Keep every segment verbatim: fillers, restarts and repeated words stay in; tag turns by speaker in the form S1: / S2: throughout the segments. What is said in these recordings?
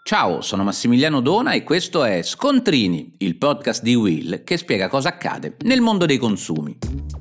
S1: Ciao, sono Massimiliano Dona e questo è Scontrini, il podcast di Will che spiega cosa accade nel mondo dei consumi.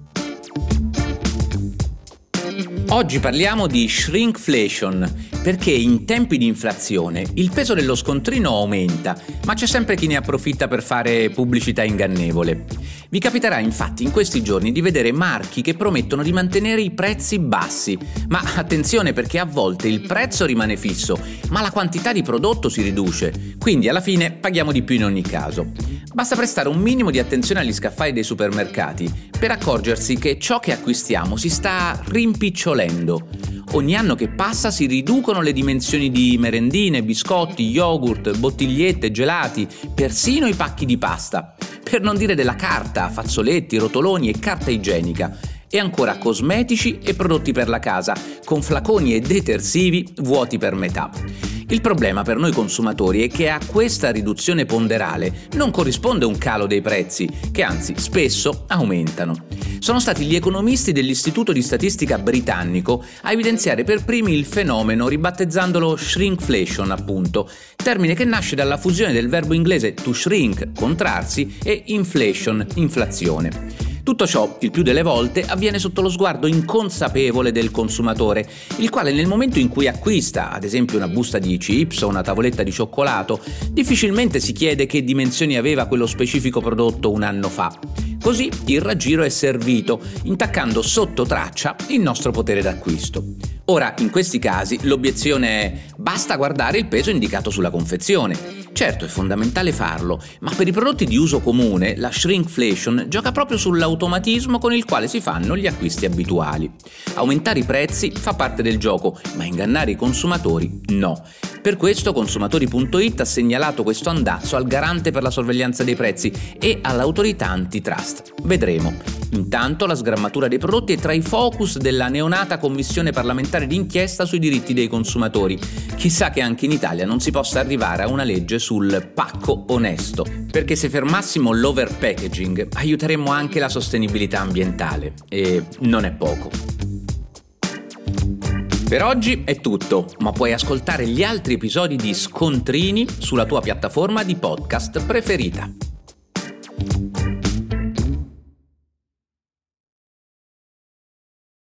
S1: Oggi parliamo di shrinkflation, perché in tempi di inflazione il peso dello scontrino aumenta, ma c'è sempre chi ne approfitta per fare pubblicità ingannevole. Vi capiterà infatti in questi giorni di vedere marchi che promettono di mantenere i prezzi bassi, ma attenzione perché a volte il prezzo rimane fisso, ma la quantità di prodotto si riduce, quindi alla fine paghiamo di più in ogni caso. Basta prestare un minimo di attenzione agli scaffali dei supermercati per accorgersi che ciò che acquistiamo si sta rimpicciolendo. Ogni anno che passa si riducono le dimensioni di merendine, biscotti, yogurt, bottigliette, gelati, persino i pacchi di pasta. Per non dire della carta, fazzoletti, rotoloni e carta igienica. E ancora cosmetici e prodotti per la casa, con flaconi e detersivi vuoti per metà. Il problema per noi consumatori è che a questa riduzione ponderale non corrisponde un calo dei prezzi, che anzi spesso aumentano. Sono stati gli economisti dell'Istituto di Statistica britannico a evidenziare per primi il fenomeno ribattezzandolo shrinkflation, appunto, termine che nasce dalla fusione del verbo inglese to shrink, contrarsi, e inflation, inflazione. Tutto ciò, il più delle volte, avviene sotto lo sguardo inconsapevole del consumatore, il quale nel momento in cui acquista, ad esempio una busta di chips o una tavoletta di cioccolato, difficilmente si chiede che dimensioni aveva quello specifico prodotto un anno fa. Così il raggiro è servito, intaccando sotto traccia il nostro potere d'acquisto. Ora, in questi casi, l'obiezione è: basta guardare il peso indicato sulla confezione. Certo, è fondamentale farlo, ma per i prodotti di uso comune la shrinkflation gioca proprio sull'automatismo con il quale si fanno gli acquisti abituali. Aumentare i prezzi fa parte del gioco, ma ingannare i consumatori no. Per questo Consumatori punto it ha segnalato questo andazzo al garante per la sorveglianza dei prezzi e all'autorità antitrust. Vedremo. Intanto la sgrammatura dei prodotti è tra i focus della neonata Commissione parlamentare d'inchiesta sui diritti dei consumatori. Chissà che anche in Italia non si possa arrivare a una legge sul pacco onesto, perché se fermassimo l'overpackaging aiuteremmo anche la sostenibilità ambientale, e non è poco. Per oggi è tutto, ma puoi ascoltare gli altri episodi di Scontrini sulla tua piattaforma di podcast preferita.